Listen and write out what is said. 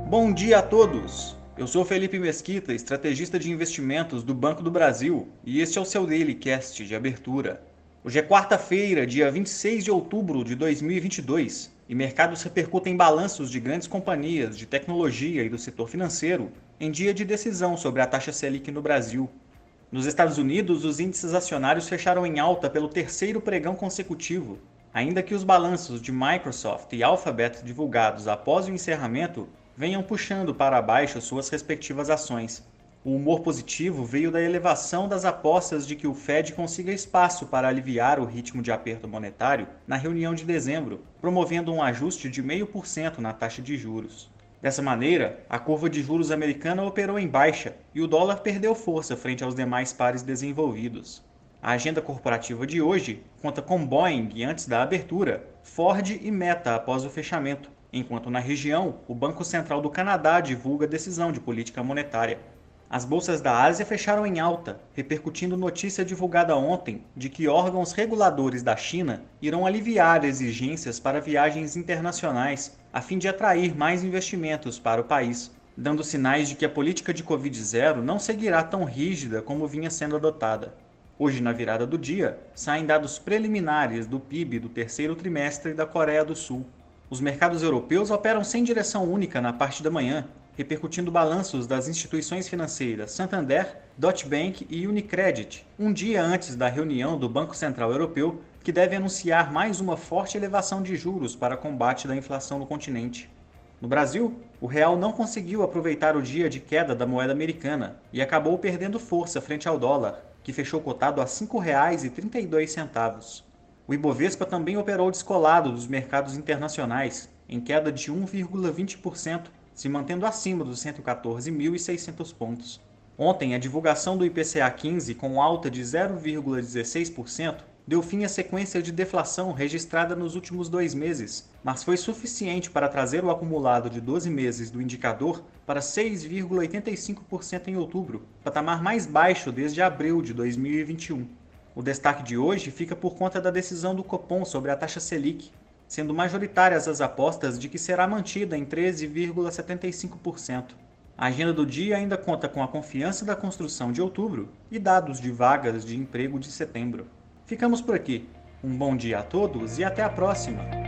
Bom dia a todos! Eu sou Felipe Mesquita, estrategista de investimentos do Banco do Brasil, e este é o seu Daily Cast de abertura. Hoje é quarta-feira, dia 26 de outubro de 2022, e mercados repercutem balanços de grandes companhias de tecnologia e do setor financeiro em dia de decisão sobre a taxa Selic no Brasil. Nos Estados Unidos, os índices acionários fecharam em alta pelo terceiro pregão consecutivo, ainda que os balanços de Microsoft e Alphabet divulgados após o encerramento venham puxando para baixo suas respectivas ações. O humor positivo veio da elevação das apostas de que o Fed consiga espaço para aliviar o ritmo de aperto monetário na reunião de dezembro, promovendo um ajuste de 0,5% na taxa de juros. Dessa maneira, a curva de juros americana operou em baixa e o dólar perdeu força frente aos demais pares desenvolvidos. A agenda corporativa de hoje conta com Boeing antes da abertura, Ford e Meta após o fechamento, enquanto na região o Banco Central do Canadá divulga decisão de política monetária. As bolsas da Ásia fecharam em alta, repercutindo notícia divulgada ontem de que órgãos reguladores da China irão aliviar exigências para viagens internacionais, a fim de atrair mais investimentos para o país, dando sinais de que a política de Covid-0 não seguirá tão rígida como vinha sendo adotada. Hoje, na virada do dia, saem dados preliminares do PIB do terceiro trimestre da Coreia do Sul. Os mercados europeus operam sem direção única na parte da manhã, repercutindo balanços das instituições financeiras Santander, Deutsche Bank e Unicredit, um dia antes da reunião do Banco Central Europeu, que deve anunciar mais uma forte elevação de juros para combate da inflação no continente. No Brasil, o real não conseguiu aproveitar o dia de queda da moeda americana e acabou perdendo força frente ao dólar, que fechou cotado a R$ 5,32. O Ibovespa também operou descolado dos mercados internacionais, em queda de 1,20%, se mantendo acima dos 114.600 pontos. Ontem, a divulgação do IPCA 15, com alta de 0,16%, deu fim à sequência de deflação registrada nos últimos 2 meses, mas foi suficiente para trazer o acumulado de 12 meses do indicador para 6,85% em outubro, patamar mais baixo desde abril de 2021. O destaque de hoje fica por conta da decisão do Copom sobre a taxa Selic, sendo majoritárias as apostas de que será mantida em 13,75%. A agenda do dia ainda conta com a confiança da construção de outubro e dados de vagas de emprego de setembro. Ficamos por aqui. Um bom dia a todos e até a próxima!